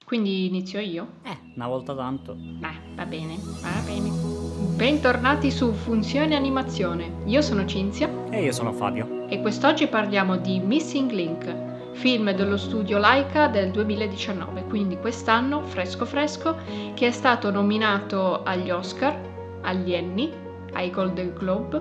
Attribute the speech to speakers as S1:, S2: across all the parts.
S1: Quindi inizio io?
S2: Una volta tanto.
S1: Va bene, va bene. Bentornati su Funzione Animazione. Io sono Cinzia
S2: E io sono Fabio.
S1: e quest'oggi parliamo di Missing Link, film dello studio Laika del 2019, quindi quest'anno fresco fresco, che è stato nominato agli Oscar, agli Emmy, ai Golden Globe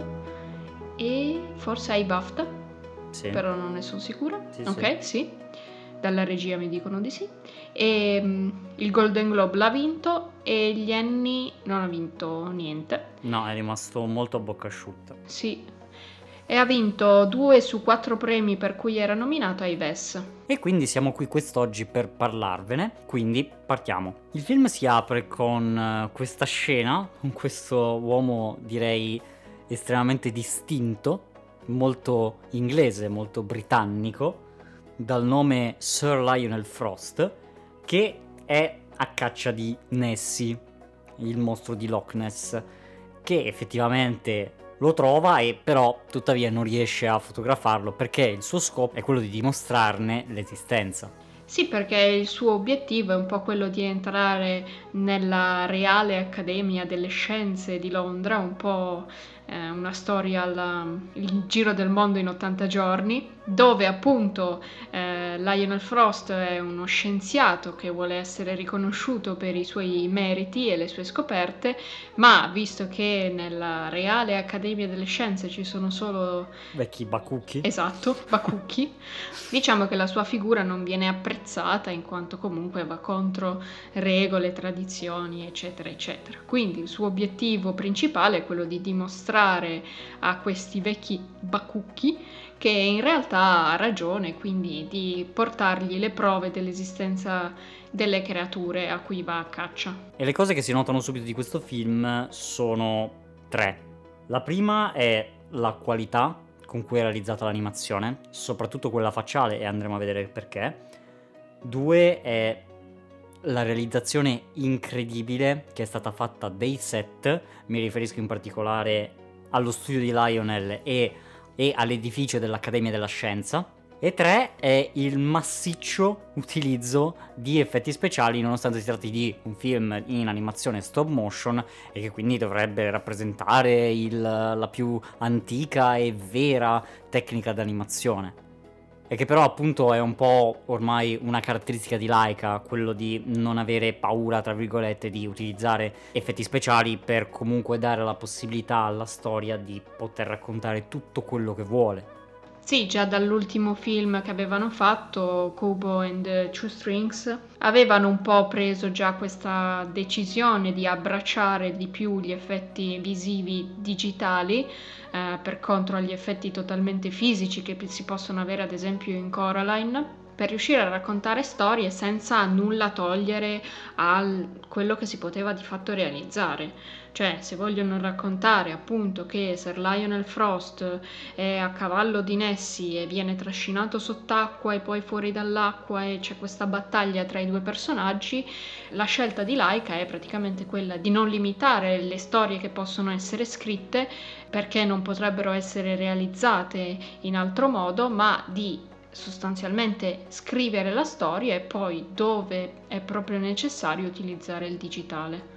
S1: e forse ai BAFTA,
S2: Sì.
S1: però non ne sono sicura.
S2: Sì,
S1: Ok, sì. Dalla regia mi dicono di sì. E il Golden Globe l'ha vinto e gli Emmy non ha vinto niente.
S2: No, è rimasto molto a bocca asciutta.
S1: Sì. E ha vinto 2 su 4 premi per cui era nominato ai VES.
S2: E quindi siamo qui quest'oggi per parlarvene, quindi partiamo. Il film si apre con questa scena, con questo uomo direi estremamente distinto, molto inglese, molto britannico, dal nome Sir Lionel Frost, che è a caccia di Nessie, il mostro di Loch Ness, che effettivamente lo trova e però tuttavia non riesce a fotografarlo perché il suo scopo è quello di dimostrarne l'esistenza.
S1: Sì, perché il suo obiettivo è un po' quello di entrare nella Reale Accademia delle Scienze di Londra, un po' una storia il giro del mondo in 80 giorni, dove appunto Lionel Frost è uno scienziato che vuole essere riconosciuto per i suoi meriti e le sue scoperte, ma visto che nella Reale Accademia delle Scienze ci sono solo
S2: Vecchi bakuchi.
S1: Esatto, bakuchi. Diciamo che la sua figura non viene apprezzata in quanto comunque va contro regole, tradizioni, eccetera, eccetera. Quindi il suo obiettivo principale è quello di dimostrare a questi vecchi bakuchi che in realtà ha ragione, quindi di portargli le prove dell'esistenza delle creature a cui va a caccia.
S2: E le cose che si notano subito di questo film sono tre. La prima è la qualità con cui è realizzata l'animazione, soprattutto quella facciale, e andremo a vedere perché. 2 è la realizzazione incredibile che è stata fatta dei set, mi riferisco in particolare allo studio di Lionel e all'edificio dell'Accademia della Scienza. E 3 è il massiccio utilizzo di effetti speciali, nonostante si tratti di un film in animazione stop motion e che quindi dovrebbe rappresentare la più antica e vera tecnica d'animazione. E che però appunto è un po' ormai una caratteristica di Laika, quello di non avere paura, tra virgolette, di utilizzare effetti speciali per comunque dare la possibilità alla storia di poter raccontare tutto quello che vuole.
S1: Sì, già dall'ultimo film che avevano fatto, Kubo and the Two Strings, avevano un po' preso già questa decisione di abbracciare di più gli effetti visivi digitali per contro agli effetti totalmente fisici che si possono avere ad esempio in Coraline, per riuscire a raccontare storie senza nulla togliere a quello che si poteva di fatto realizzare. Cioè, se vogliono raccontare appunto che Sir Lionel Frost è a cavallo di Nessie e viene trascinato sott'acqua e poi fuori dall'acqua e c'è questa battaglia tra i due personaggi, la scelta di Laika è praticamente quella di non limitare le storie che possono essere scritte perché non potrebbero essere realizzate in altro modo, ma di sostanzialmente scrivere la storia e poi dove è proprio necessario utilizzare il digitale.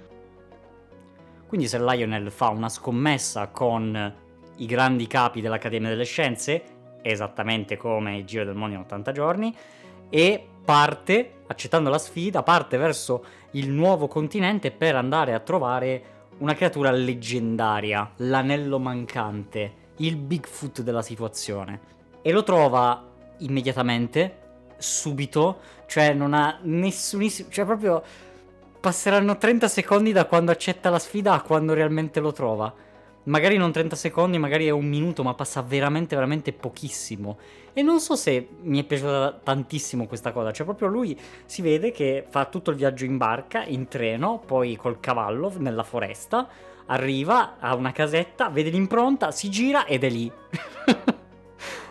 S2: Quindi se Lionel fa una scommessa con i grandi capi dell'Accademia delle Scienze, esattamente come il Giro del Mondo in 80 giorni, e parte, accettando la sfida, parte verso il nuovo continente per andare a trovare una creatura leggendaria, l'anello mancante, il Bigfoot della situazione. E lo trova immediatamente, subito, cioè non ha nessunissimo, cioè proprio passeranno 30 secondi da quando accetta la sfida a quando realmente lo trova. Magari non 30 secondi, magari è un minuto, ma passa veramente veramente pochissimo. E non so se mi è piaciuta tantissimo questa cosa, cioè proprio lui si vede che fa tutto il viaggio in barca, in treno, poi col cavallo nella foresta, arriva a una casetta, vede l'impronta, si gira ed è lì.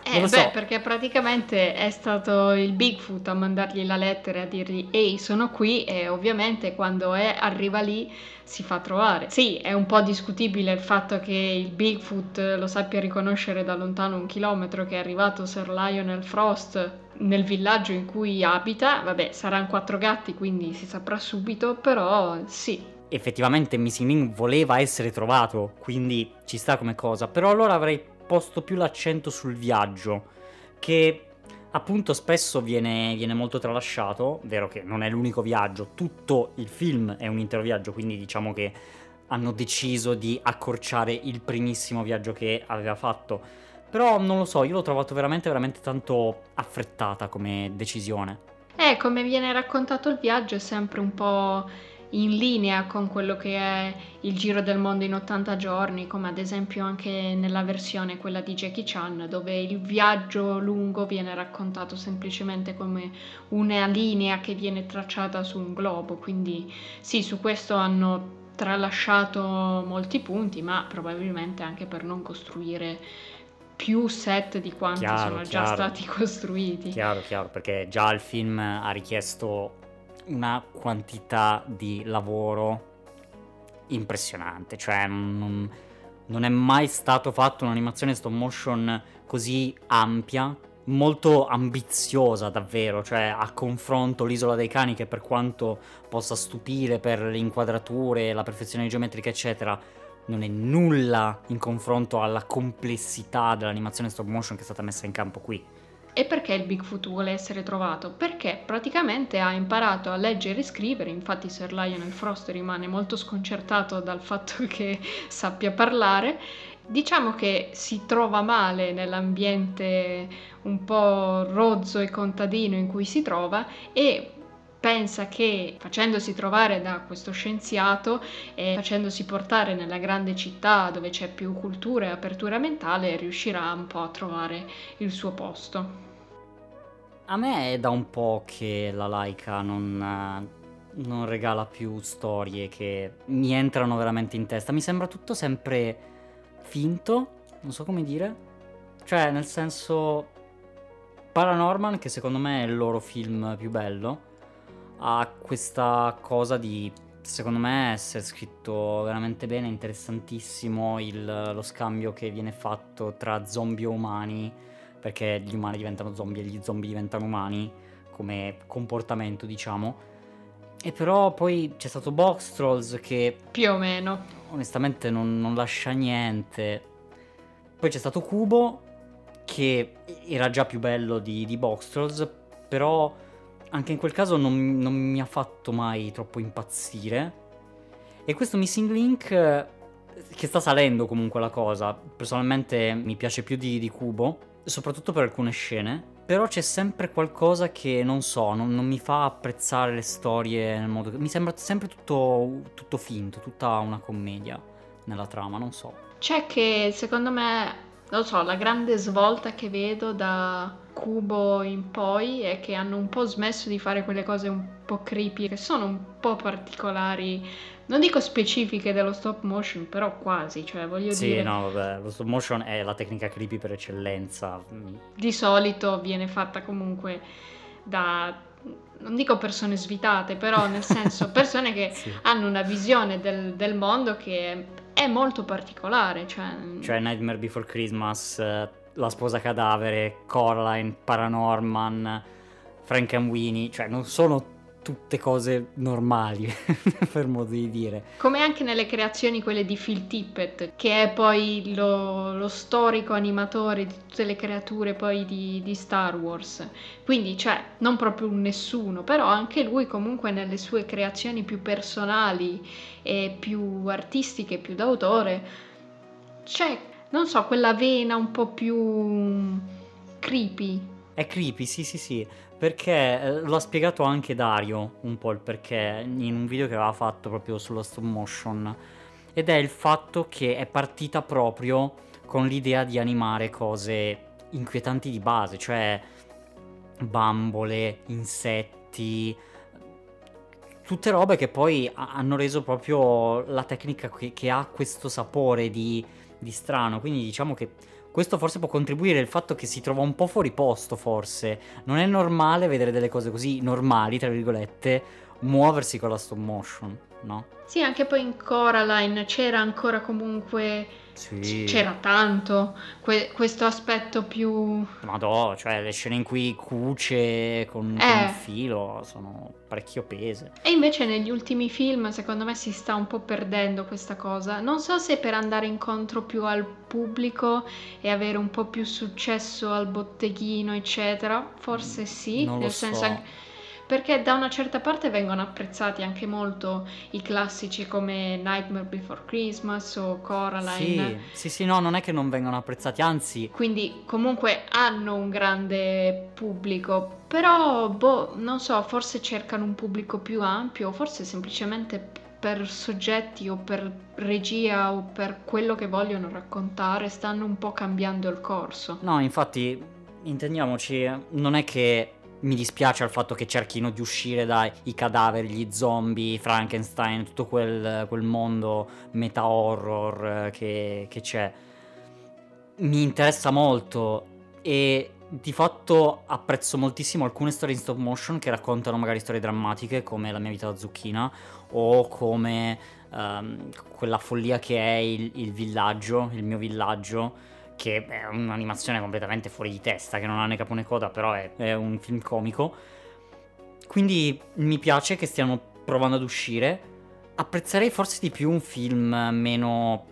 S2: Non lo so.
S1: Perché praticamente è stato il Bigfoot a mandargli la lettera e a dirgli ehi, sono qui, e ovviamente quando arriva lì si fa trovare. Sì, è un po' discutibile il fatto che il Bigfoot lo sappia riconoscere da lontano 1 chilometro che è arrivato Sir Lionel Frost nel villaggio in cui abita. Vabbè, saranno 4 gatti, quindi si saprà subito, però sì.
S2: Effettivamente Missing Link voleva essere trovato, quindi ci sta come cosa, però allora avrei posto più l'accento sul viaggio, che appunto spesso viene molto tralasciato, vero che non è l'unico viaggio, tutto il film è un intero viaggio, quindi diciamo che hanno deciso di accorciare il primissimo viaggio che aveva fatto, però non lo so, io l'ho trovato veramente veramente tanto affrettata come decisione.
S1: Come viene raccontato il viaggio è sempre un po' in linea con quello che è il giro del mondo in 80 giorni, come ad esempio anche nella versione quella di Jackie Chan, dove il viaggio lungo viene raccontato semplicemente come una linea che viene tracciata su un globo. Quindi sì, su questo hanno tralasciato molti punti, ma probabilmente anche per non costruire più set di quanti sono già stati costruiti.
S2: Chiaro, perché già il film ha richiesto una quantità di lavoro impressionante, cioè non è mai stato fatto un'animazione stop motion così ampia, molto ambiziosa davvero, cioè a confronto l'Isola dei Cani, che per quanto possa stupire per le inquadrature, la perfezione geometrica eccetera, non è nulla in confronto alla complessità dell'animazione stop motion che è stata messa in campo qui.
S1: E perché il Bigfoot vuole essere trovato? Perché praticamente ha imparato a leggere e scrivere, infatti Sir Lionel Frost rimane molto sconcertato dal fatto che sappia parlare. Diciamo che si trova male nell'ambiente un po' rozzo e contadino in cui si trova, e pensa che facendosi trovare da questo scienziato e facendosi portare nella grande città dove c'è più cultura e apertura mentale riuscirà un po' a trovare il suo posto.
S2: A me è da un po' che la Laika non regala più storie che mi entrano veramente in testa. Mi sembra tutto sempre finto, non so come dire. Cioè, nel senso, Paranorman, che secondo me è il loro film più bello, ha questa cosa di, secondo me, essere scritto veramente bene, interessantissimo lo scambio che viene fatto tra zombie e umani, perché gli umani diventano zombie e gli zombie diventano umani come comportamento, diciamo. E però poi c'è stato Box Trolls che
S1: più o meno
S2: onestamente non lascia niente. Poi c'è stato Kubo, che era già più bello di Box Trolls, però anche in quel caso non mi ha fatto mai troppo impazzire. E questo Missing Link, che sta salendo comunque la cosa, personalmente mi piace più di Kubo, soprattutto per alcune scene, però c'è sempre qualcosa che non so, non mi fa apprezzare le storie nel modo che mi sembra sempre tutto finto, tutta una commedia nella trama, non so.
S1: C'è che secondo me, non so, la grande svolta che vedo da Kubo in poi è che hanno un po' smesso di fare quelle cose un po' creepy, che sono un po' particolari, non dico specifiche dello stop motion, però quasi, cioè voglio dire...
S2: Sì, no, vabbè, lo stop motion è la tecnica creepy per eccellenza.
S1: Di solito viene fatta comunque da, non dico persone svitate, però nel senso persone che
S2: Sì.
S1: hanno una visione del mondo che è molto particolare,
S2: Cioè Nightmare Before Christmas, La sposa cadavere, Coraline, Paranorman, Frankenweenie, cioè non sono tutte cose normali per modo di dire.
S1: come anche nelle creazioni quelle di Phil Tippett, che è poi lo storico animatore di tutte le creature poi di Star Wars. Quindi, cioè, non proprio un nessuno, però anche lui comunque nelle sue creazioni più personali e più artistiche, più d'autore, c'è, non so, quella vena un po' più creepy.
S2: È creepy, sì, perché lo ha spiegato anche Dario un po' il perché in un video che aveva fatto proprio sullo stop motion, ed è il fatto che è partita proprio con l'idea di animare cose inquietanti di base, cioè bambole, insetti, tutte robe che poi hanno reso proprio la tecnica che ha questo sapore di strano, quindi diciamo che questo forse può contribuire il fatto che si trova un po' fuori posto, forse. Non è normale vedere delle cose così normali, tra virgolette, muoversi con la stop motion, no?
S1: Sì, anche poi in Coraline c'era ancora comunque,
S2: Sì.
S1: c'era tanto questo aspetto più...
S2: Madò, cioè le scene in cui cuce con il filo sono parecchio pese.
S1: E invece negli ultimi film secondo me si sta un po' perdendo questa cosa. Non so se per andare incontro più al pubblico e avere un po' più successo al botteghino, eccetera. Forse sì,
S2: Non lo
S1: nel senso
S2: so.
S1: perché da una certa parte vengono apprezzati anche molto i classici come Nightmare Before Christmas o Coraline.
S2: Sì, no, non è che non vengono apprezzati, anzi,
S1: Quindi comunque hanno un grande pubblico, però non so, forse cercano un pubblico più ampio, forse semplicemente per soggetti o per regia o per quello che vogliono raccontare stanno un po' cambiando il corso.
S2: no, infatti, intendiamoci, non è che mi dispiace al fatto che cerchino di uscire dai cadaveri, gli zombie, Frankenstein, tutto quel mondo meta horror che c'è. Mi interessa molto e di fatto apprezzo moltissimo alcune storie in stop motion che raccontano magari storie drammatiche come La mia vita da zucchina o come quella follia che è il villaggio, il mio villaggio, che è un'animazione completamente fuori di testa, che non ha né capo né coda, però è un film comico. Quindi mi piace che stiano provando ad uscire. Apprezzerei forse di più un film meno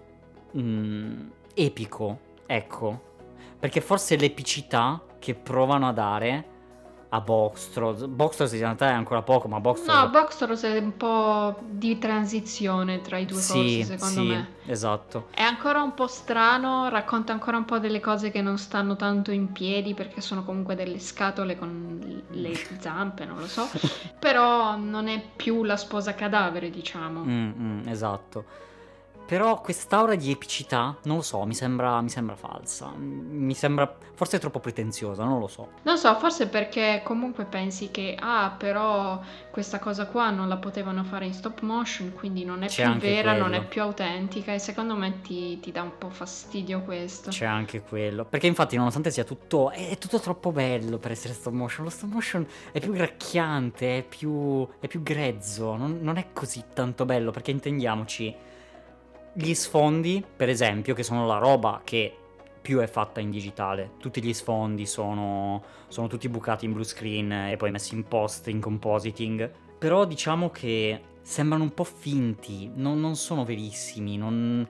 S2: epico, ecco. Perché forse l'epicità che provano a dare a Boxtrolls in realtà è ancora poco, ma Boxtrolls...
S1: No, Boxtrolls è un po' di transizione tra i due corsi, secondo me.
S2: Esatto.
S1: È ancora un po' strano, racconta ancora un po' delle cose che non stanno tanto in piedi perché sono comunque delle scatole con le zampe, non lo so, però non è più la sposa cadavere, diciamo.
S2: Esatto. Però quest'aura di epicità, non lo so, mi sembra falsa. Mi sembra forse troppo pretenziosa, non lo so.
S1: Non so, forse perché comunque pensi che, però questa cosa qua non la potevano fare in stop motion, quindi non è
S2: C'è
S1: più
S2: anche
S1: vera, non è
S2: quello.
S1: più autentica e secondo me ti dà un po' fastidio questo.
S2: C'è anche quello. Perché infatti nonostante sia tutto... È tutto troppo bello per essere stop motion. Lo stop motion è più gracchiante, è più grezzo. Non è così tanto bello, perché intendiamoci... Gli sfondi, per esempio, che sono la roba che più è fatta in digitale. Tutti gli sfondi sono tutti bucati in blue screen e poi messi in post, in compositing. Però diciamo che sembrano un po' finti, non sono verissimi, non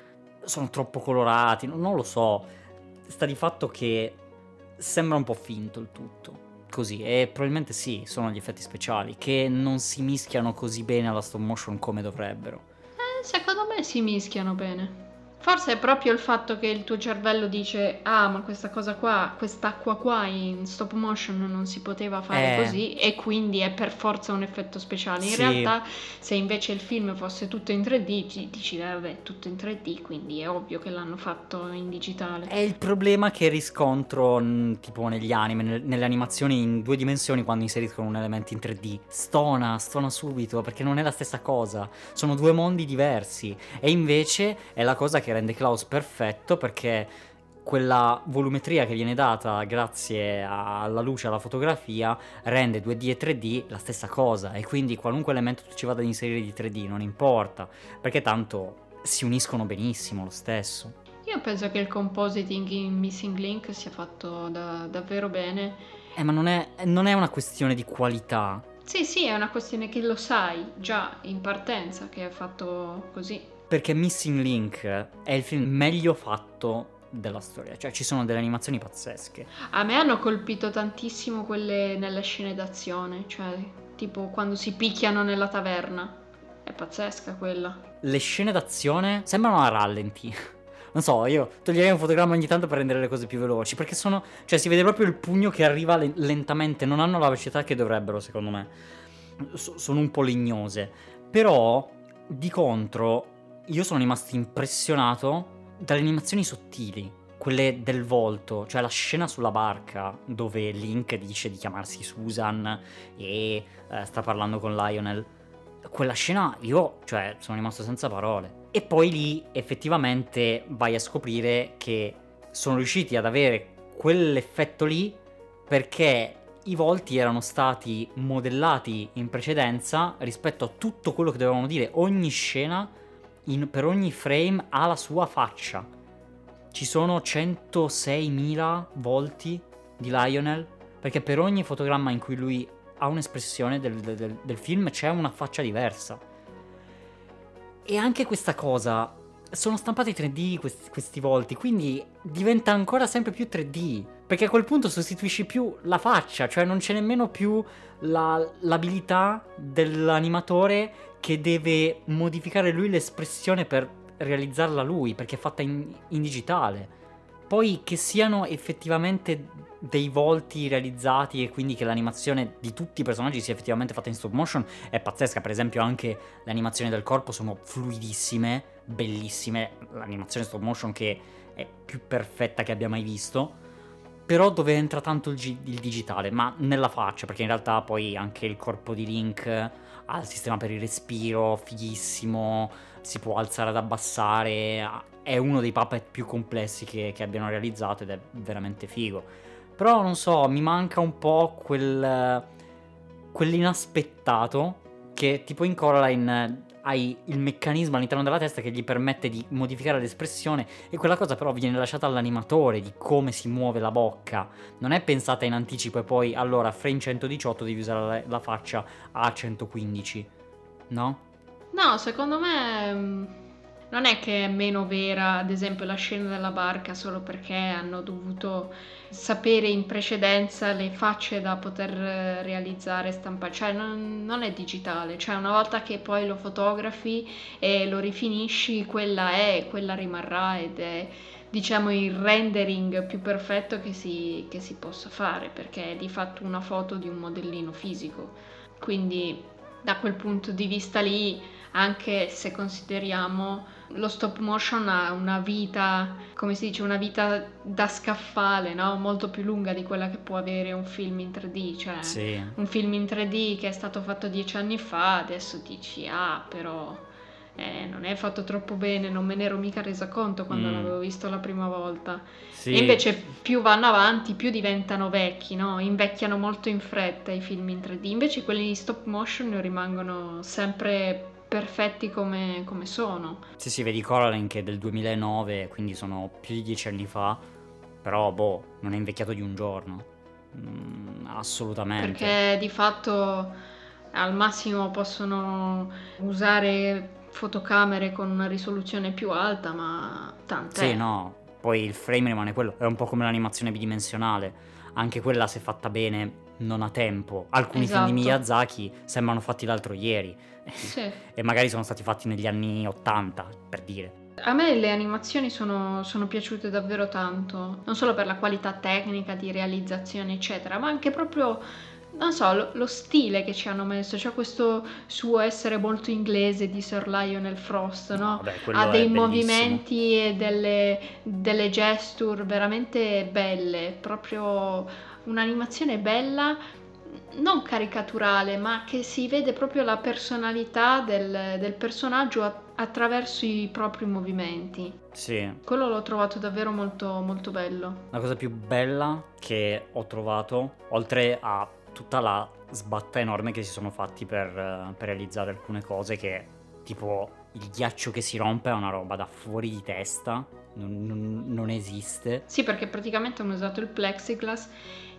S2: sono troppo colorati, non lo so. Sta di fatto che sembra un po' finto il tutto. Così, e probabilmente sì, sono gli effetti speciali che non si mischiano così bene alla stop motion come dovrebbero.
S1: Secondo me si mischiano bene. Forse è proprio il fatto che il tuo cervello dice ma questa cosa qua, quest'acqua qua in stop motion non si poteva fare così e quindi è per forza un effetto speciale. In realtà se invece il film fosse tutto in 3D dici vabbè, tutto in 3D, quindi è ovvio che l'hanno fatto in digitale.
S2: È il problema che riscontro tipo negli anime, nelle animazioni in 2 dimensioni quando inseriscono un elemento in 3D. Stona subito perché non è la stessa cosa, sono 2 mondi diversi e invece è la cosa che rende Klaus perfetto perché quella volumetria che viene data grazie alla luce, alla fotografia, rende 2D e 3D la stessa cosa e quindi qualunque elemento tu ci vada ad inserire di 3D non importa perché tanto si uniscono benissimo lo stesso.
S1: Io penso che il compositing in Missing Link sia fatto davvero bene.
S2: Ma non è una questione di qualità.
S1: Sì, è una questione che lo sai già in partenza che è fatto così.
S2: Perché Missing Link è il film meglio fatto della storia, cioè ci sono delle animazioni pazzesche.
S1: A me hanno colpito tantissimo quelle nelle scene d'azione, cioè tipo quando si picchiano nella taverna. È pazzesca quella.
S2: Le scene d'azione sembrano a rallenti. Non so, io toglierei un fotogramma ogni tanto per rendere le cose più veloci, perché cioè si vede proprio il pugno che arriva lentamente, non hanno la velocità che dovrebbero, secondo me. Sono un po' legnose. Però, di contro, io sono rimasto impressionato dalle animazioni sottili, quelle del volto, cioè la scena sulla barca dove Link dice di chiamarsi Susan e sta parlando con Lionel. Quella scena io, sono rimasto senza parole. E poi lì effettivamente vai a scoprire che sono riusciti ad avere quell'effetto lì perché i volti erano stati modellati in precedenza rispetto a tutto quello che dovevano dire. Ogni scena, per ogni frame, ha la sua faccia. Ci sono 106.000 volti di Lionel, perché per ogni fotogramma in cui lui ha un'espressione del film c'è una faccia diversa. E anche questa cosa, sono stampati 3D questi volti, quindi diventa ancora sempre più 3D, perché a quel punto sostituisci più la faccia, cioè non c'è nemmeno più l'abilità dell'animatore che deve modificare lui l'espressione per realizzarla lui, perché è fatta in digitale. Poi che siano effettivamente dei volti realizzati e quindi che l'animazione di tutti i personaggi sia effettivamente fatta in stop motion è pazzesca. Per esempio anche le animazioni del corpo sono fluidissime, bellissime, l'animazione stop motion che è più perfetta che abbia mai visto. Però dove entra tanto il digitale, ma nella faccia, perché in realtà poi anche il corpo di Link ha il sistema per il respiro, fighissimo, si può alzare ad abbassare, è uno dei puppet più complessi che abbiano realizzato ed è veramente figo. Però non so, mi manca un po' quell'inaspettato che tipo in Coraline hai il meccanismo all'interno della testa che gli permette di modificare l'espressione e quella cosa però viene lasciata all'animatore di come si muove la bocca, non è pensata in anticipo e poi allora frame 118 devi usare la faccia a 115, no?
S1: No, secondo me non è che è meno vera, ad esempio, la scena della barca solo perché hanno dovuto sapere in precedenza le facce da poter realizzare e stampare, cioè non è digitale, cioè una volta che poi lo fotografi e lo rifinisci, quella rimarrà ed è, diciamo, il rendering più perfetto che si possa fare, perché è di fatto una foto di un modellino fisico. Quindi da quel punto di vista lì, anche se consideriamo lo stop motion ha una vita, come si dice, una vita da scaffale, no? Molto più lunga di quella che può avere un film in 3D, cioè
S2: Sì.
S1: un film in 3D che è stato fatto 10 anni fa, adesso dici, però non è fatto troppo bene, non me ne ero mica resa conto quando l'avevo visto la prima volta.
S2: Sì.
S1: E invece più vanno avanti, più diventano vecchi, no? Invecchiano molto in fretta i film in 3D, invece quelli in stop motion rimangono sempre perfetti come sono.
S2: Sì, vedi Coraline che è del 2009, quindi sono più di 10 anni fa, però non è invecchiato di un giorno, assolutamente.
S1: Perché di fatto al massimo possono usare fotocamere con una risoluzione più alta, ma tant'è.
S2: Sì, no, poi il frame rimane quello, è un po' come l'animazione bidimensionale, anche quella se fatta bene non ha tempo. Alcuni film di Miyazaki sembrano fatti l'altro ieri,
S1: sì.
S2: E magari sono stati fatti negli anni 80, per dire.
S1: A me le animazioni sono piaciute davvero tanto, non solo per la qualità tecnica di realizzazione eccetera, ma anche proprio, non so, lo stile che ci hanno messo, cioè questo suo essere molto inglese di Sir Lionel Frost, no? Ha dei movimenti e delle gesture veramente belle, proprio un'animazione bella, non caricaturale, ma che si vede proprio la personalità del personaggio attraverso i propri movimenti.
S2: Sì.
S1: Quello l'ho trovato davvero molto, molto bello.
S2: La cosa più bella che ho trovato, oltre a tutta la sbatta enorme che si sono fatti per realizzare alcune cose, che tipo il ghiaccio che si rompe è una roba da fuori di testa, non esiste.
S1: Sì, perché praticamente hanno usato il plexiglass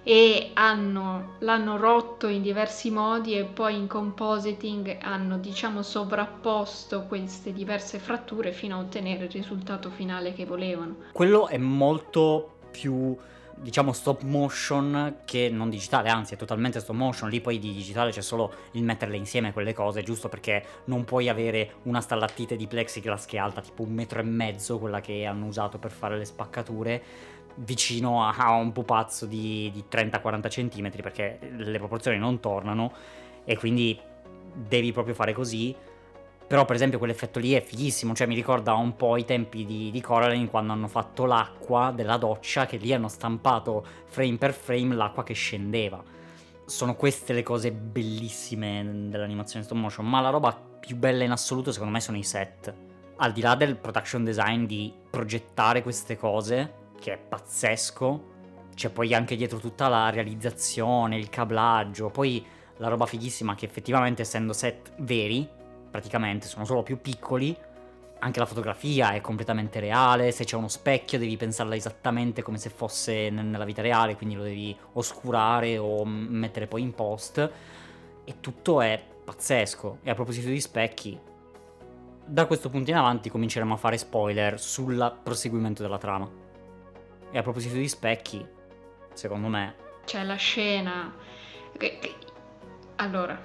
S1: e l'hanno rotto in diversi modi e poi in compositing hanno, diciamo, sovrapposto queste diverse fratture fino a ottenere il risultato finale che volevano.
S2: Quello è molto più, diciamo, stop motion che non digitale, anzi è totalmente stop motion. Lì poi di digitale c'è solo il metterle insieme quelle cose, giusto perché non puoi avere una stalattite di plexiglass che è alta tipo 1,5 metri, quella che hanno usato per fare le spaccature, vicino a un pupazzo di 30-40 centimetri, perché le proporzioni non tornano e quindi devi proprio fare così. Però per esempio quell'effetto lì è fighissimo, cioè mi ricorda un po' i tempi di Coraline quando hanno fatto l'acqua della doccia, che lì hanno stampato frame per frame l'acqua che scendeva. Sono queste le cose bellissime dell'animazione stop motion, ma la roba più bella in assoluto secondo me sono i set. Al di là del production design, di progettare queste cose, che è pazzesco. C'è poi anche dietro tutta la realizzazione, il cablaggio, poi la roba fighissima che effettivamente, essendo set veri, praticamente sono solo più piccoli, anche la fotografia è completamente reale. Se c'è uno specchio devi pensarla esattamente come se fosse nella vita reale, quindi lo devi oscurare o mettere poi in post, e tutto è pazzesco. E a proposito di specchi, da questo punto in avanti cominceremo a fare spoiler sul proseguimento della trama. E a proposito di specchi, secondo me...
S1: C'è la scena... Allora,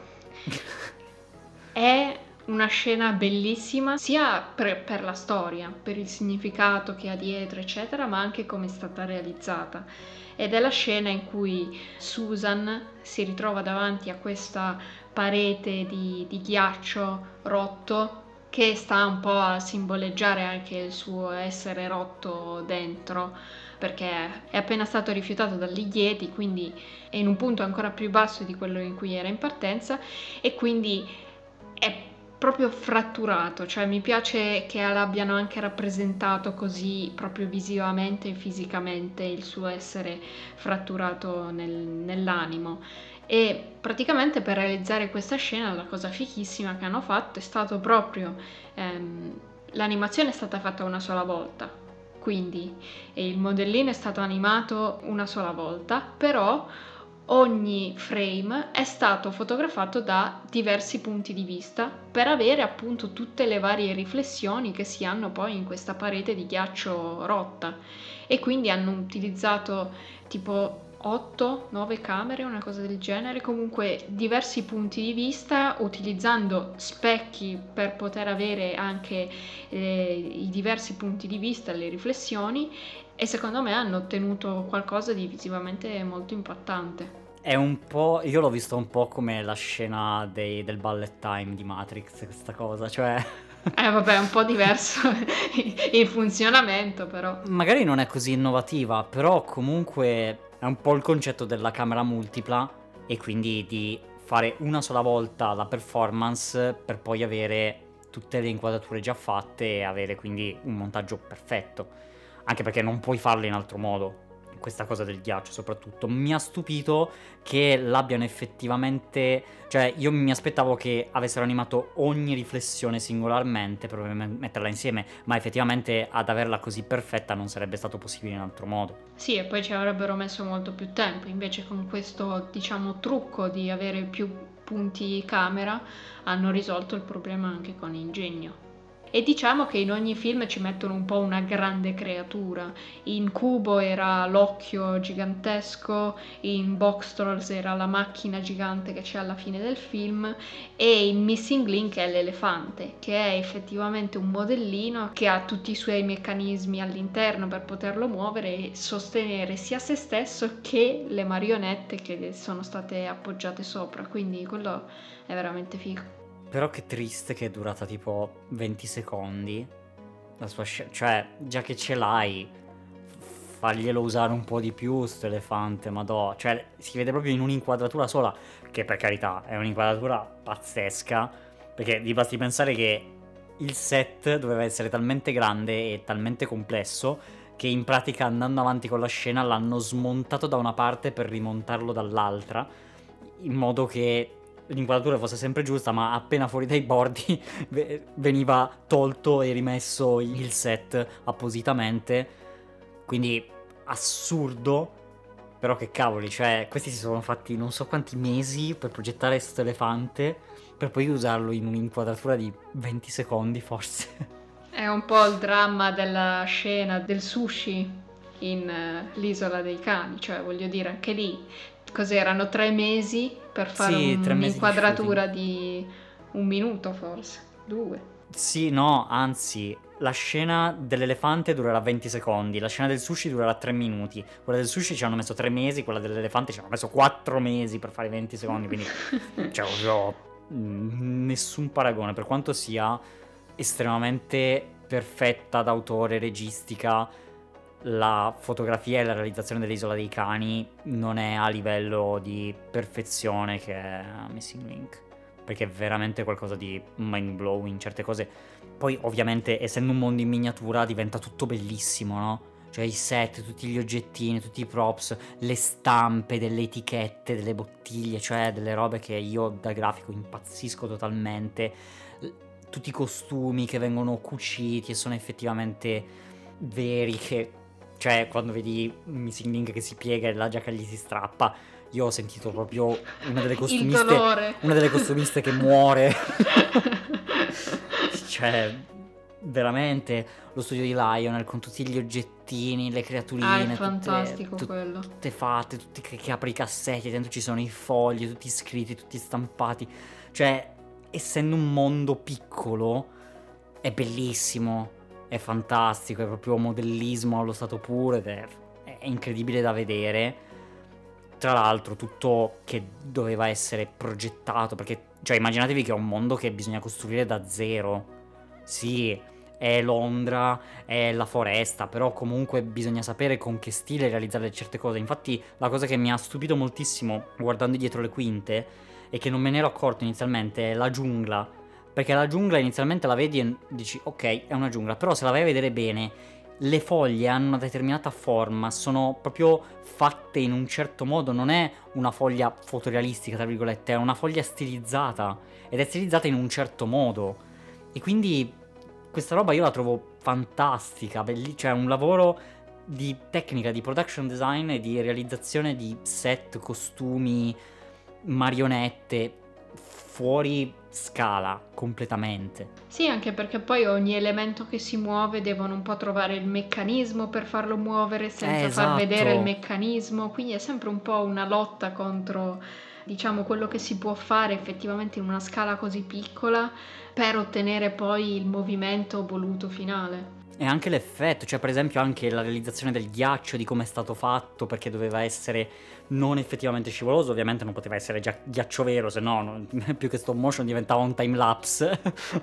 S1: è una scena bellissima sia per la storia, per il significato che ha dietro, eccetera, ma anche come è stata realizzata. Ed è la scena in cui Susan si ritrova davanti a questa parete di ghiaccio rotto, che sta un po' a simboleggiare anche il suo essere rotto dentro, perché è appena stato rifiutato dagli Yeti, quindi è in un punto ancora più basso di quello in cui era in partenza, e quindi è proprio fratturato. Cioè mi piace che l'abbiano anche rappresentato così, proprio visivamente e fisicamente, il suo essere fratturato nell'animo. E praticamente per realizzare questa scena la cosa fichissima che hanno fatto è stato proprio l'animazione è stata fatta una sola volta, quindi il modellino è stato animato una sola volta, però ogni frame è stato fotografato da diversi punti di vista per avere appunto tutte le varie riflessioni che si hanno poi in questa parete di ghiaccio rotta, e quindi hanno utilizzato tipo 8-9 camere, una cosa del genere, comunque diversi punti di vista, utilizzando specchi per poter avere anche i diversi punti di vista, le riflessioni, e secondo me hanno ottenuto qualcosa di visivamente molto impattante.
S2: È un po'... io l'ho visto un po' come la scena del bullet time di Matrix, questa cosa, cioè...
S1: Vabbè, è un po' diverso il funzionamento, però.
S2: Magari non è così innovativa, però comunque è un po' il concetto della camera multipla, e quindi di fare una sola volta la performance per poi avere tutte le inquadrature già fatte e avere quindi un montaggio perfetto. Anche perché non puoi farlo in altro modo. Questa cosa del ghiaccio soprattutto mi ha stupito che l'abbiano effettivamente, cioè io mi aspettavo che avessero animato ogni riflessione singolarmente per metterla insieme, ma effettivamente ad averla così perfetta non sarebbe stato possibile in altro modo.
S1: Sì, e poi ci avrebbero messo molto più tempo, invece con questo, diciamo, trucco di avere più punti camera hanno risolto il problema anche con ingegno. E diciamo che in ogni film ci mettono un po' una grande creatura. In Kubo era l'occhio gigantesco, in Box Trolls era la macchina gigante che c'è alla fine del film, e in Missing Link è l'elefante, che è effettivamente un modellino che ha tutti i suoi meccanismi all'interno per poterlo muovere e sostenere sia se stesso che le marionette che sono state appoggiate sopra, quindi quello è veramente figo.
S2: Però che triste che è durata tipo 20 secondi la sua cioè già che ce l'hai, farglielo usare un po' di più sto elefante, madò. Cioè si vede proprio in un'inquadratura sola, che per carità è un'inquadratura pazzesca, perché vi basti pensare che il set doveva essere talmente grande e talmente complesso che in pratica, andando avanti con la scena, l'hanno smontato da una parte per rimontarlo dall'altra, in modo che l'inquadratura fosse sempre giusta, ma appena fuori dai bordi veniva tolto e rimesso il set appositamente. Quindi assurdo. Però che cavoli, cioè questi si sono fatti non so quanti mesi per progettare questo elefante, per poi usarlo in un'inquadratura di 20 secondi forse.
S1: È un po' il dramma della scena del sushi in L'isola dei cani, cioè voglio dire, anche lì cos'erano 3 mesi per fare
S2: Sì, 3 mesi
S1: un'inquadratura di 1 minuto, forse 2.
S2: Sì, no, anzi, la scena dell'elefante durerà 20 secondi, la scena del sushi durerà 3 minuti. Quella del sushi ci hanno messo 3 mesi, quella dell'elefante ci hanno messo 4 mesi per fare 20 secondi, quindi cioè proprio nessun paragone, per quanto sia estremamente perfetta d'autore, registica. La fotografia e la realizzazione dell'Isola dei Cani non è a livello di perfezione che è Missing Link, perché è veramente qualcosa di mind blowing certe cose. Poi ovviamente, essendo un mondo in miniatura, diventa tutto bellissimo, no? cioè i set, tutti gli oggettini, tutti i props, le stampe delle etichette, delle bottiglie, cioè delle robe che io da grafico impazzisco totalmente. Tutti i costumi che vengono cuciti e sono effettivamente veri, che cioè quando vedi Missing Link che si piega e la giacca gli si strappa, io ho sentito proprio una delle
S1: Il
S2: costumiste,
S1: dolore.
S2: una delle costumiste che muore. Cioè veramente lo studio di Lionel con tutti gli oggettini, le
S1: Ah, è
S2: creaturine,
S1: fantastico quello.
S2: tutte fatte, tutti che apri i cassetti, dentro ci sono i fogli, tutti scritti, tutti stampati. Cioè, essendo un mondo piccolo, è bellissimo, è fantastico, è proprio modellismo allo stato puro ed è incredibile da vedere. Tra l'altro tutto che doveva essere progettato, perché cioè immaginatevi che è un mondo che bisogna costruire da zero. Sì, è Londra, è la foresta, però comunque bisogna sapere con che stile realizzare certe cose. Infatti la cosa che mi ha stupito moltissimo guardando dietro le quinte e che non me ne ero accorto inizialmente è la giungla. Perché la giungla inizialmente la vedi e dici ok, è una giungla, però se la vai a vedere bene, le foglie hanno una determinata forma, sono proprio fatte in un certo modo, non è una foglia fotorealistica, tra virgolette, è una foglia stilizzata ed è stilizzata in un certo modo. E quindi questa roba io la trovo fantastica, cioè un lavoro di tecnica, di production design e di realizzazione di set, costumi, marionette fuori scala completamente.
S1: Sì, anche perché poi ogni elemento che si muove devono un po' trovare il meccanismo per farlo muovere senza far vedere il
S2: Esatto.
S1: meccanismo, quindi è sempre un po' una lotta contro, diciamo, quello che si può fare effettivamente in una scala così piccola per ottenere poi il movimento voluto finale.
S2: E anche l'effetto, cioè per esempio anche la realizzazione del ghiaccio, di come è stato fatto, perché doveva essere non effettivamente scivoloso, ovviamente non poteva essere ghiaccio vero, se no più che stop motion diventava un time lapse.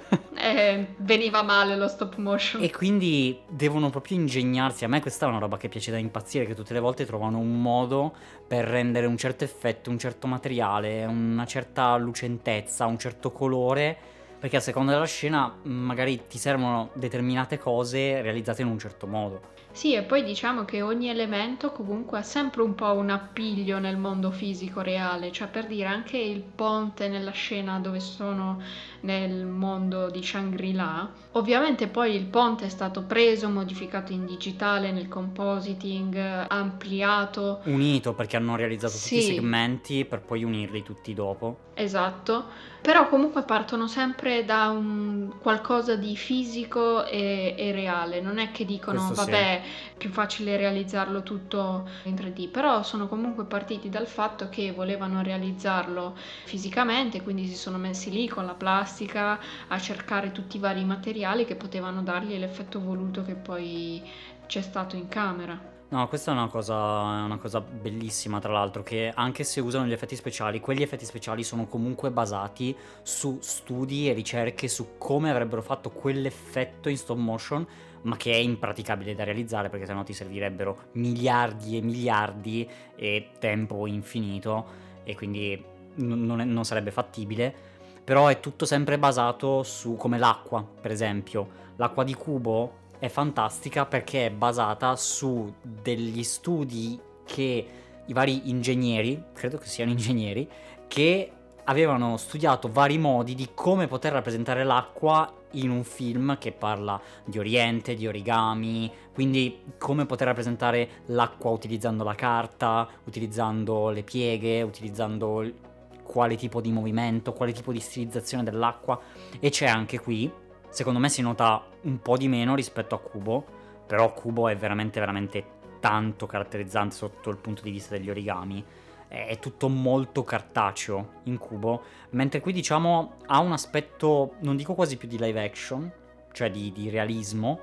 S1: Veniva male lo stop motion.
S2: E quindi devono proprio ingegnarsi. A me questa è una roba che piace da impazzire, che tutte le volte trovano un modo per rendere un certo effetto, un certo materiale, una certa lucentezza, un certo colore, perché a seconda della scena magari ti servono determinate cose realizzate in un certo modo.
S1: Sì, e poi diciamo che ogni elemento comunque ha sempre un po' un appiglio nel mondo fisico reale, cioè per dire anche il ponte nella scena dove sono nel mondo di Shangri-La, ovviamente poi il ponte è stato preso, modificato in digitale, nel compositing, ampliato.
S2: Unito, perché hanno realizzato tutti i
S1: Sì,
S2: segmenti per poi unirli tutti dopo.
S1: esatto, però comunque partono sempre da un qualcosa di fisico e reale, non è che dicono
S2: Questo sì.
S1: vabbè, più facile realizzarlo tutto in 3D, però sono comunque partiti dal fatto che volevano realizzarlo fisicamente, quindi si sono messi lì con la plastica a cercare tutti i vari materiali che potevano dargli l'effetto voluto che poi c'è stato in camera.
S2: No, questa è una cosa bellissima, tra l'altro, che anche se usano gli effetti speciali, quegli effetti speciali sono comunque basati su studi e ricerche su come avrebbero fatto quell'effetto in stop motion, ma che è impraticabile da realizzare perché sennò ti servirebbero miliardi e miliardi e tempo infinito e quindi non sarebbe fattibile. Però è tutto sempre basato su come l'acqua, per esempio. L'acqua di Kubo è fantastica perché è basata su degli studi che i vari ingegneri, credo che siano ingegneri, che avevano studiato vari modi di come poter rappresentare l'acqua in un film che parla di Oriente, di origami, quindi come poter rappresentare l'acqua utilizzando la carta, utilizzando le pieghe, utilizzando quale tipo di movimento, quale tipo di stilizzazione dell'acqua. E c'è anche qui, secondo me si nota un po' di meno rispetto a Kubo, però Kubo è veramente veramente tanto caratterizzante sotto il punto di vista degli origami. È tutto molto cartaceo in Kubo, mentre qui diciamo ha un aspetto, non dico quasi più di live action, cioè di realismo,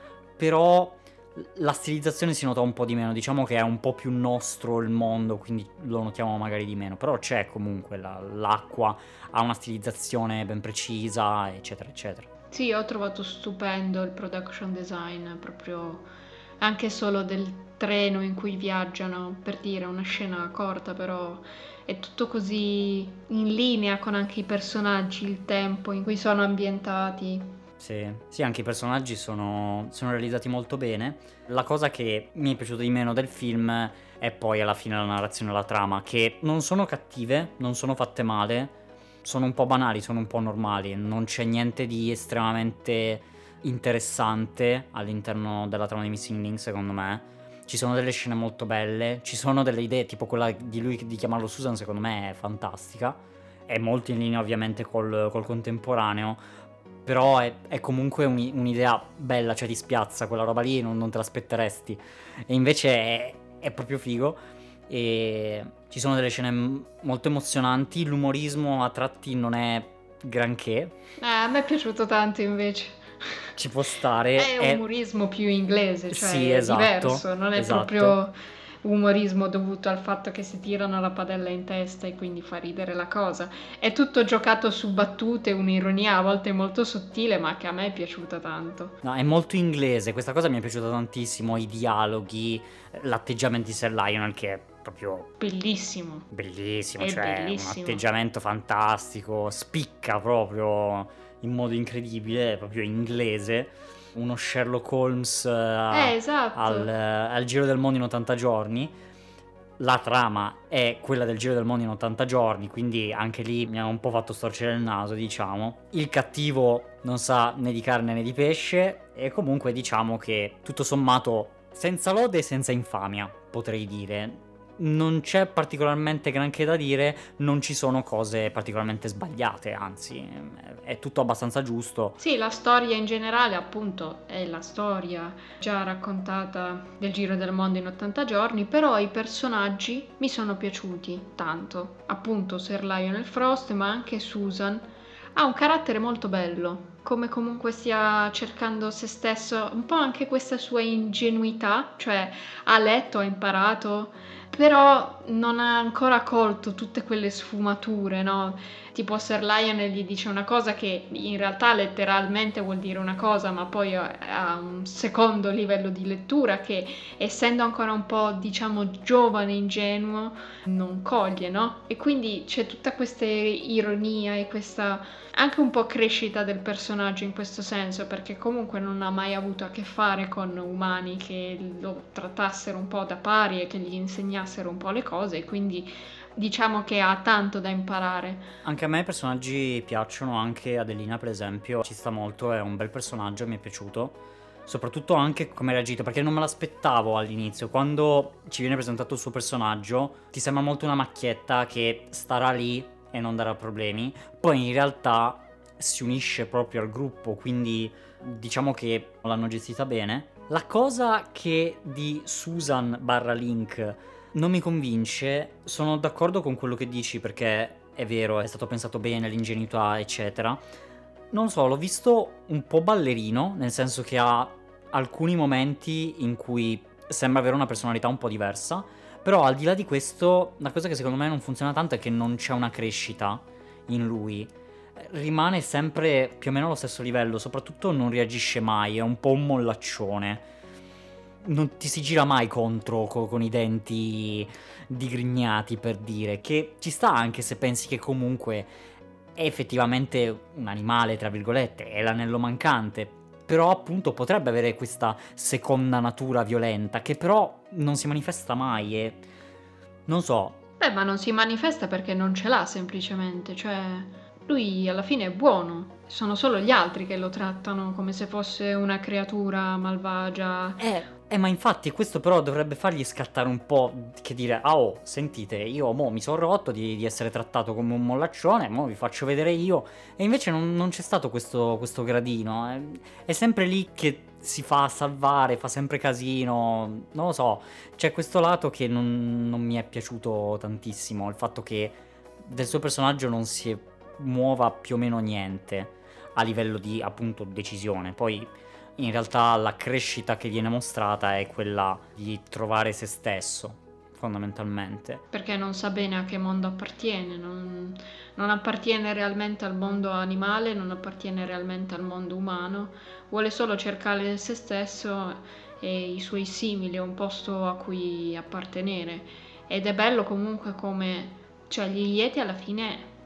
S2: però la stilizzazione si nota un po' di meno, diciamo che è un po' più nostro il mondo, quindi lo notiamo magari di meno, però c'è comunque l'acqua, ha una stilizzazione ben precisa, eccetera, eccetera.
S1: Sì, ho trovato stupendo il production design, proprio anche solo del treno in cui viaggiano, per dire una scena corta, però è tutto così in linea con anche i personaggi, il tempo in cui sono ambientati.
S2: Sì, sì, anche i personaggi sono realizzati molto bene. La cosa che mi è piaciuta di meno del film è poi alla fine la narrazione e la trama, che non sono cattive, non sono fatte male, sono un po' banali, sono un po' normali, non c'è niente di estremamente interessante all'interno della trama di Missing Link, secondo me. Ci sono delle scene molto belle, ci sono delle idee, tipo quella di lui di chiamarlo Susan, secondo me è fantastica. È molto in linea ovviamente col contemporaneo, però è comunque un'idea bella, cioè ti spiazza quella roba lì, non te l'aspetteresti. E invece è proprio figo. E ci sono delle scene molto emozionanti, l'umorismo a tratti non è granché,
S1: A me è piaciuto tanto invece.
S2: ci può stare.
S1: È umorismo più inglese,
S2: Sì,
S1: cioè è
S2: esatto,
S1: diverso, non è
S2: esatto.
S1: proprio umorismo dovuto al fatto che si tirano la padella in testa e quindi fa ridere la cosa. È tutto giocato su battute, un'ironia a volte molto sottile, ma che a me è piaciuta tanto.
S2: No, è molto inglese, questa cosa mi è piaciuta tantissimo, i dialoghi, l'atteggiamento di Sir Lionel che è proprio
S1: Bellissimo.
S2: bellissimo,
S1: È
S2: cioè un
S1: bellissimo.
S2: atteggiamento fantastico, spicca proprio in modo incredibile, è proprio inglese, uno Sherlock Holmes
S1: Esatto.
S2: al Giro del Mondo in 80 giorni. La trama è quella del Giro del Mondo in 80 giorni, quindi anche lì mi ha un po' fatto storcere il naso, diciamo. Il cattivo non sa né di carne né di pesce e comunque diciamo che tutto sommato senza lode e senza infamia, potrei dire. Non c'è particolarmente granché da dire, non ci sono cose particolarmente sbagliate, anzi, è tutto abbastanza giusto.
S1: Sì, la storia in generale, appunto, è la storia già raccontata del Giro del Mondo in 80 giorni, però i personaggi mi sono piaciuti tanto. Appunto, Sir Lionel Frost, ma anche Susan ha un carattere molto bello, come comunque stia cercando se stesso, un po' anche questa sua ingenuità, cioè ha letto, ha imparato, però non ha ancora colto tutte quelle sfumature, no? Tipo Sir Lionel gli dice una cosa che in realtà letteralmente vuol dire una cosa, ma poi ha un secondo livello di lettura che, essendo ancora un po', diciamo, giovane, ingenuo, non coglie, no? E quindi c'è tutta questa ironia e questa anche un po' crescita del personaggio in questo senso, perché comunque non ha mai avuto a che fare con umani che lo trattassero un po' da pari e che gli insegnassero un po' le cose, e quindi diciamo che ha tanto da imparare.
S2: Anche a me i personaggi piacciono, anche Adelina per esempio, ci sta molto, è un bel personaggio, mi è piaciuto. Soprattutto anche come ha reagito, perché non me l'aspettavo all'inizio. Quando ci viene presentato il suo personaggio, ti sembra molto una macchietta che starà lì e non darà problemi. Poi in realtà si unisce proprio al gruppo, quindi diciamo che l'hanno gestita bene. La cosa che di Susan barra Link non mi convince, sono d'accordo con quello che dici perché è vero, è stato pensato bene, l'ingenuità, eccetera. Non so, l'ho visto un po' ballerino, nel senso che ha alcuni momenti in cui sembra avere una personalità un po' diversa, però al di là di questo, la cosa che secondo me non funziona tanto è che non c'è una crescita in lui. Rimane sempre più o meno allo stesso livello, soprattutto non reagisce mai, è un po' un mollaccione. Non ti si gira mai contro con i denti digrignati, per dire, che ci sta anche se pensi che comunque è effettivamente un animale, tra virgolette, è l'anello mancante, però appunto potrebbe avere questa seconda natura violenta che però non si manifesta mai e non so.
S1: Beh, ma non si manifesta perché non ce l'ha semplicemente, cioè lui alla fine è buono, sono solo gli altri che lo trattano come se fosse una creatura malvagia.
S2: Ma infatti questo però dovrebbe fargli scattare un po', che dire, ah oh, sentite, io mo mi sono rotto di essere trattato come un mollaccione, mo vi faccio vedere io, e invece non c'è stato questo gradino, è sempre lì che si fa salvare, fa sempre casino, non lo so, c'è questo lato che non mi è piaciuto tantissimo, il fatto che del suo personaggio non si muova più o meno niente a livello di appunto decisione, poi in realtà la crescita che viene mostrata è quella di trovare se stesso, fondamentalmente.
S1: Perché non sa bene a che mondo appartiene, non appartiene realmente al mondo animale, non appartiene realmente al mondo umano, vuole solo cercare se stesso e i suoi simili, un posto a cui appartenere. Ed è bello comunque come, cioè gli Yeti alla fine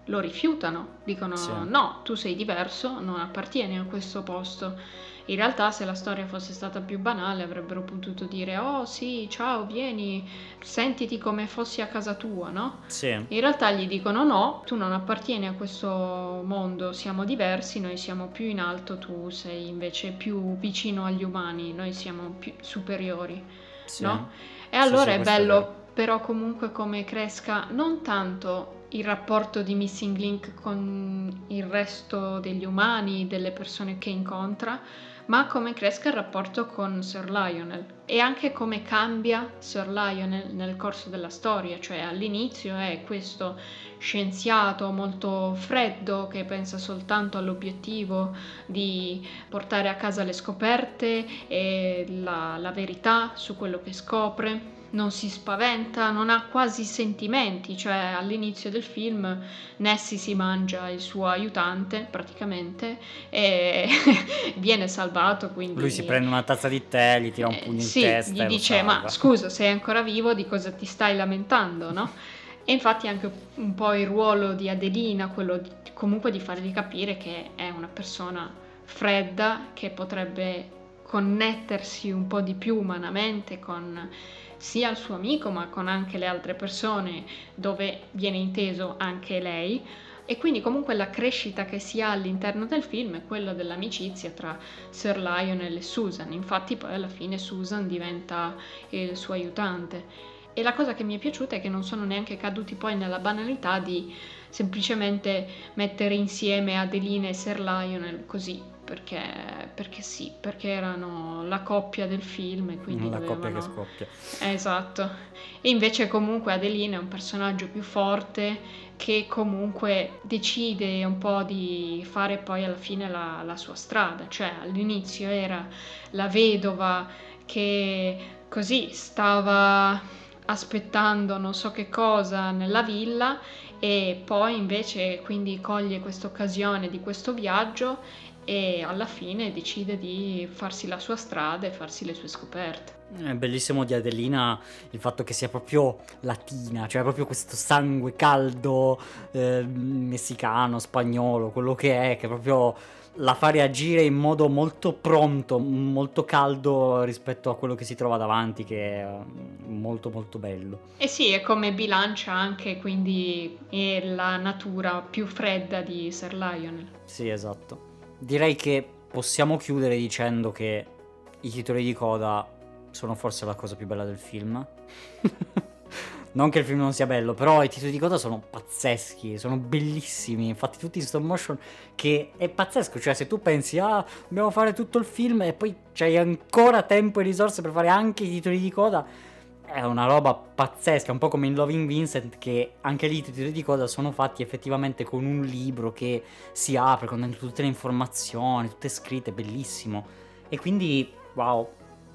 S1: lo rifiutano, dicono
S2: Sì.
S1: no, tu sei diverso, non appartieni a questo posto. In realtà, se la storia fosse stata più banale, avrebbero potuto dire oh sì, ciao, vieni, sentiti come fossi a casa tua, no?
S2: Sì.
S1: In realtà gli dicono no, tu non appartieni a questo mondo, siamo diversi, noi siamo più in alto, tu sei invece più vicino agli umani, noi siamo più superiori,
S2: Sì.
S1: no? E
S2: Sì,
S1: allora
S2: sì,
S1: è
S2: questo è vero.
S1: bello però comunque come cresca non tanto il rapporto di Missing Link con il resto degli umani, delle persone che incontra, ma come cresca il rapporto con Sir Lionel e anche come cambia Sir Lionel nel corso della storia, cioè all'inizio è questo scienziato molto freddo che pensa soltanto all'obiettivo di portare a casa le scoperte e la verità su quello che scopre. Non si spaventa, non ha quasi sentimenti, cioè all'inizio del film Nessie si mangia il suo aiutante praticamente e viene salvato, quindi
S2: Lui si prende una tazza di tè, gli tira un pugno in
S1: sì,
S2: testa
S1: gli
S2: e lo
S1: dice ma
S2: salva.
S1: scusa, sei ancora vivo, di cosa ti stai lamentando, no? E infatti anche un po' il ruolo di Adelina, quello comunque di fargli capire che è una persona fredda, che potrebbe connettersi un po' di più umanamente con sia il suo amico ma con anche le altre persone, dove viene inteso anche lei. E quindi comunque la crescita che si ha all'interno del film è quella dell'amicizia tra Sir Lionel e Susan. Infatti poi alla fine Susan diventa il suo aiutante. E la cosa che mi è piaciuta è che non sono neanche caduti poi nella banalità di semplicemente mettere insieme Adelina e Sir Lionel così, perché sì, perché erano la coppia del film e quindi
S2: La coppia che
S1: dovevano...
S2: scoppia.
S1: Esatto. E invece comunque Adelina è un personaggio più forte che comunque decide un po' di fare poi alla fine la sua strada, cioè all'inizio era la vedova che così stava aspettando non so che cosa nella villa e poi invece quindi coglie questa occasione di questo viaggio e alla fine decide di farsi la sua strada e farsi le sue scoperte.
S2: È bellissimo di Adelina il fatto che sia proprio latina, cioè proprio questo sangue caldo, messicano, spagnolo, quello che proprio la fa reagire in modo molto pronto, molto caldo rispetto a quello che si trova davanti, che è molto molto bello.
S1: E sì, è come bilancia anche quindi la natura più fredda di Sir Lionel.
S2: Sì, esatto. Direi che possiamo chiudere dicendo che i titoli di coda sono forse la cosa più bella del film. Non che il film non sia bello, però i titoli di coda sono pazzeschi, sono bellissimi. Infatti tutti in stop motion, che è pazzesco. Cioè se tu pensi, dobbiamo fare tutto il film e poi c'hai ancora tempo e risorse per fare anche i titoli di coda, è una roba pazzesca. Un po' come in Loving Vincent, che anche lì i titoli di coda sono fatti effettivamente con un libro che si apre con dentro tutte le informazioni, tutte scritte, bellissimo. E quindi, wow.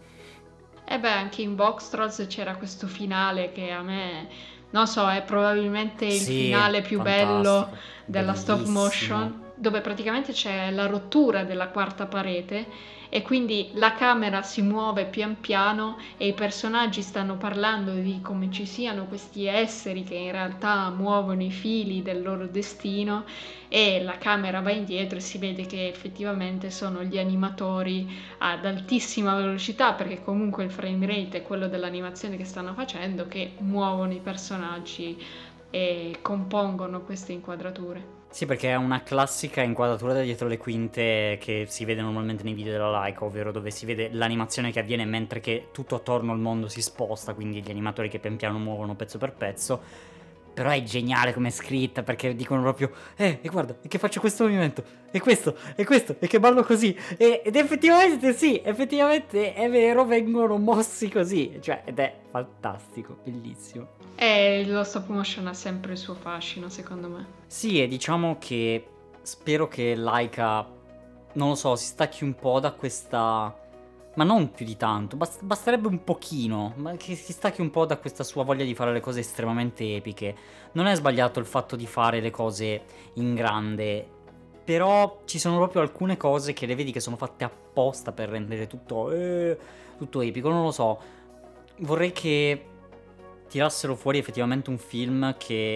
S1: E beh, anche in Box Trolls c'era questo finale che a me, non so, è probabilmente il
S2: Sì,
S1: finale più bello
S2: fantastico,
S1: della stop
S2: bellissimo.
S1: motion, dove praticamente c'è la rottura della quarta parete e quindi la camera si muove pian piano e i personaggi stanno parlando di come ci siano questi esseri che in realtà muovono i fili del loro destino e la camera va indietro e si vede che effettivamente sono gli animatori ad altissima velocità, perché comunque il frame rate è quello dell'animazione che stanno facendo, che muovono i personaggi e compongono queste inquadrature.
S2: Sì, perché è una classica inquadratura da dietro le quinte che si vede normalmente nei video della Laika, ovvero dove si vede l'animazione che avviene mentre che tutto attorno al mondo si sposta, quindi gli animatori che pian piano muovono pezzo per pezzo. Però è geniale come è scritta, perché dicono proprio e guarda, e che faccio questo movimento, e questo, e che ballo così. Ed effettivamente sì, effettivamente è vero, vengono mossi così. Cioè, ed è fantastico, bellissimo.
S1: E lo stop motion ha sempre il suo fascino, secondo me.
S2: Sì, e diciamo che spero che Laika, non lo so, si stacchi un po' da questa... Ma non più di tanto, basterebbe un pochino, ma che si stacchi un po' da questa sua voglia di fare le cose estremamente epiche. Non è sbagliato il fatto di fare le cose in grande, però ci sono proprio alcune cose che le vedi che sono fatte apposta per rendere tutto epico, non lo so. Vorrei che tirassero fuori effettivamente un film che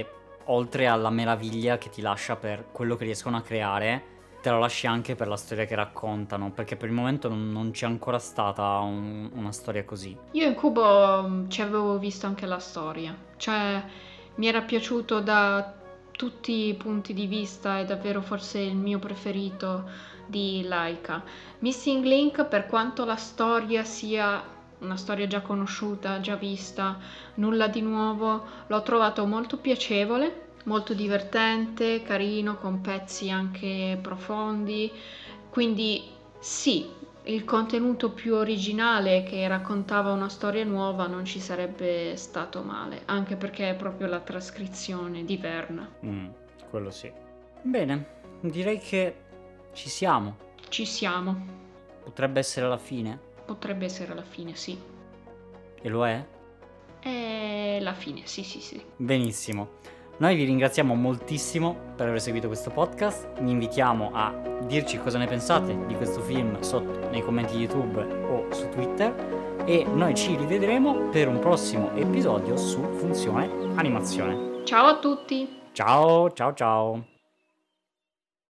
S2: oltre alla meraviglia che ti lascia per quello che riescono a creare, te lo lasci anche per la storia che raccontano, perché per il momento non c'è ancora stata una storia così.
S1: Io in Kubo ci avevo visto anche la storia, cioè mi era piaciuto da tutti i punti di vista, è davvero forse il mio preferito di Laika. Missing Link, per quanto la storia sia una storia già conosciuta, già vista, nulla di nuovo, l'ho trovato molto piacevole, molto divertente, carino, con pezzi anche profondi, quindi sì, il contenuto più originale che raccontava una storia nuova non ci sarebbe stato male, anche perché è proprio la trascrizione di Verne.
S2: Quello sì. Bene, direi che ci siamo.
S1: Ci siamo.
S2: Potrebbe essere la fine.
S1: Potrebbe essere la fine, sì.
S2: E lo è?
S1: È la fine, sì, sì, sì.
S2: Benissimo. Noi vi ringraziamo moltissimo per aver seguito questo podcast. Vi invitiamo a dirci cosa ne pensate di questo film sotto nei commenti YouTube o su Twitter. E noi ci rivedremo per un prossimo episodio su Funzione Animazione.
S1: Ciao a tutti!
S2: Ciao, ciao, ciao!